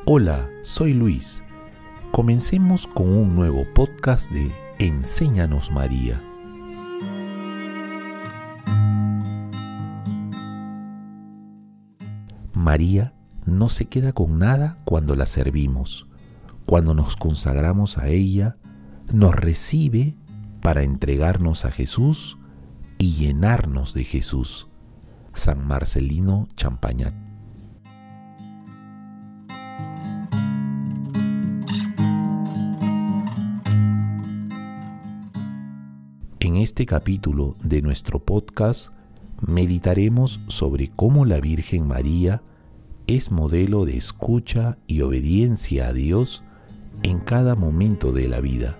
Hola, soy Luis. Comencemos con un nuevo podcast de Enséñanos María. María no se queda con nada cuando la servimos. Cuando nos consagramos a ella, nos recibe para entregarnos a Jesús y llenarnos de Jesús. San Marcelino Champagnat. En este capítulo de nuestro podcast meditaremos sobre cómo la Virgen María es modelo de escucha y obediencia a Dios en cada momento de la vida.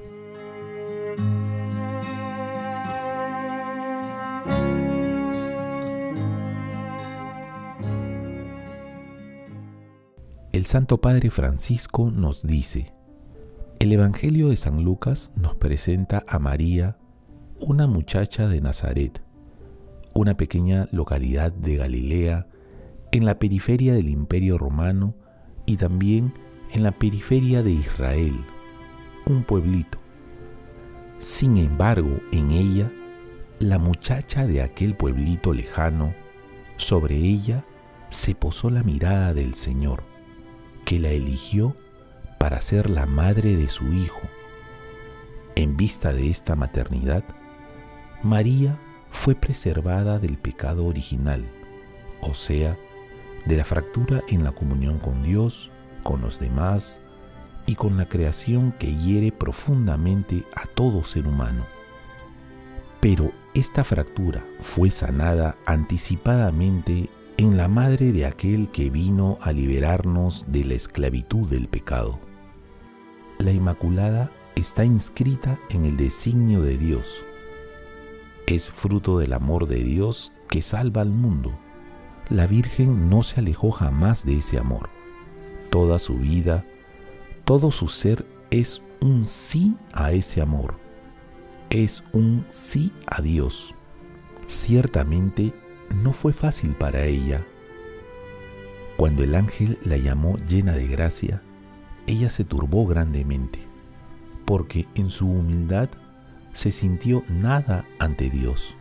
El Santo Padre Francisco nos dice: el Evangelio de San Lucas nos presenta a María, una muchacha de Nazaret, una pequeña localidad de Galilea, en la periferia del Imperio Romano y también en la periferia de Israel, un pueblito. Sin embargo, en ella, la muchacha de aquel pueblito lejano, sobre ella se posó la mirada del Señor, que la eligió para ser la madre de su Hijo. En vista de esta maternidad, María fue preservada del pecado original, o sea, de la fractura en la comunión con Dios, con los demás y con la creación que hiere profundamente a todo ser humano. Pero esta fractura fue sanada anticipadamente en la madre de aquel que vino a liberarnos de la esclavitud del pecado. La Inmaculada está inscrita en el designio de Dios. Es fruto del amor de Dios que salva al mundo. La Virgen no se alejó jamás de ese amor. Toda su vida, todo su ser es un sí a ese amor. Es un sí a Dios. Ciertamente no fue fácil para ella. Cuando el ángel la llamó llena de gracia, ella se turbó grandemente, porque en su humildad se sintió nada ante Dios.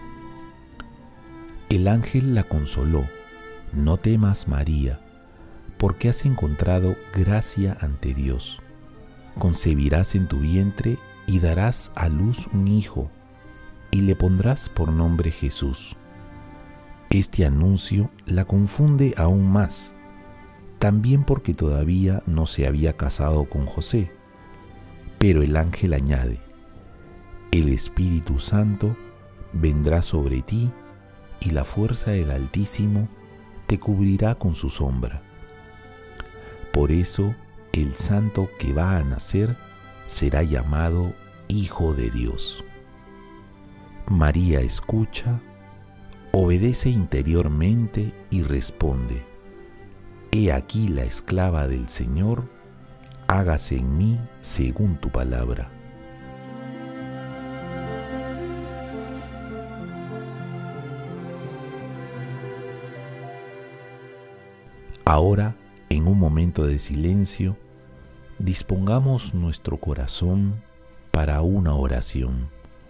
El ángel la consoló: no temas, María, porque has encontrado gracia ante Dios. Concebirás en tu vientre y darás a luz un hijo, y le pondrás por nombre Jesús. Este anuncio la confunde aún más, también porque todavía no se había casado con José. Pero el ángel añade: el Espíritu Santo vendrá sobre ti y la fuerza del Altísimo te cubrirá con su sombra. Por eso el santo que va a nacer será llamado Hijo de Dios. María escucha, obedece interiormente y responde: He aquí la esclava del Señor, hágase en mí según tu palabra. Ahora, en un momento de silencio, dispongamos nuestro corazón para una oración.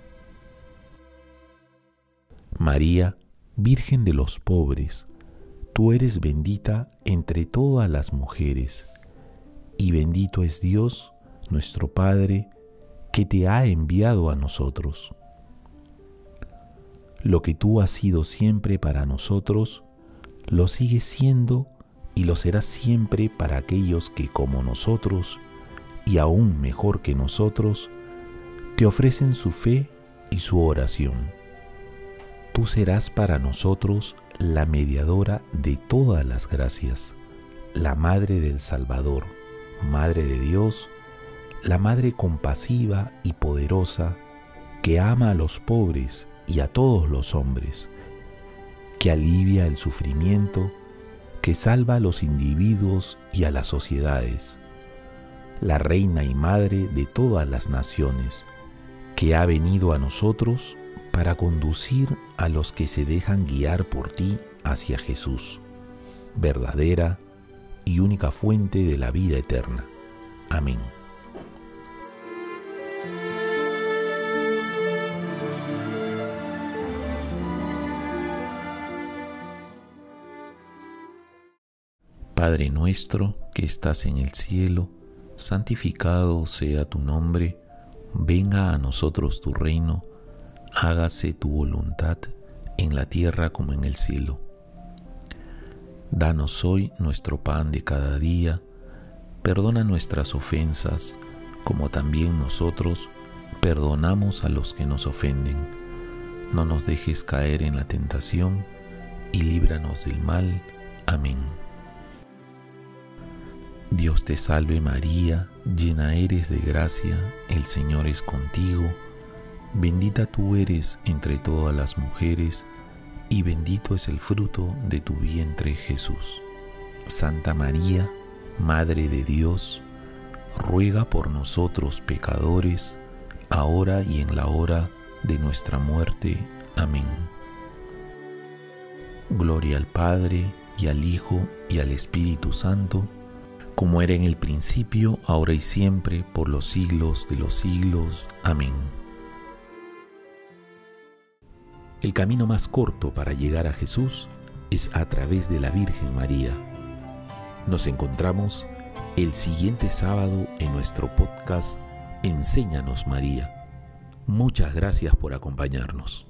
María, Virgen de los pobres, tú eres bendita entre todas las mujeres, y bendito es Dios, nuestro Padre, que te ha enviado a nosotros. Lo que tú has sido siempre para nosotros, lo sigues siendo y lo será siempre para aquellos que, como nosotros, y aún mejor que nosotros, te ofrecen su fe y su oración. Tú serás para nosotros la mediadora de todas las gracias, la Madre del Salvador, Madre de Dios, la Madre compasiva y poderosa que ama a los pobres y a todos los hombres, que alivia el sufrimiento, que salva a los individuos y a las sociedades, la Reina y Madre de todas las naciones, que ha venido a nosotros para conducir a los que se dejan guiar por ti hacia Jesús, verdadera y única fuente de la vida eterna. Amén. Padre nuestro que estás en el cielo, santificado sea tu nombre, venga a nosotros tu reino, hágase tu voluntad en la tierra como en el cielo. Danos hoy nuestro pan de cada día, perdona nuestras ofensas, como también nosotros perdonamos a los que nos ofenden. No nos dejes caer en la tentación y líbranos del mal. Amén. Dios te salve María, llena eres de gracia, el Señor es contigo, bendita tú eres entre todas las mujeres, y bendito es el fruto de tu vientre Jesús. Santa María, Madre de Dios, ruega por nosotros pecadores, ahora y en la hora de nuestra muerte. Amén. Gloria al Padre, y al Hijo, y al Espíritu Santo, como era en el principio, ahora y siempre, por los siglos de los siglos. Amén. El camino más corto para llegar a Jesús es a través de la Virgen María. Nos encontramos el siguiente sábado en nuestro podcast Enséñanos María. Muchas gracias por acompañarnos.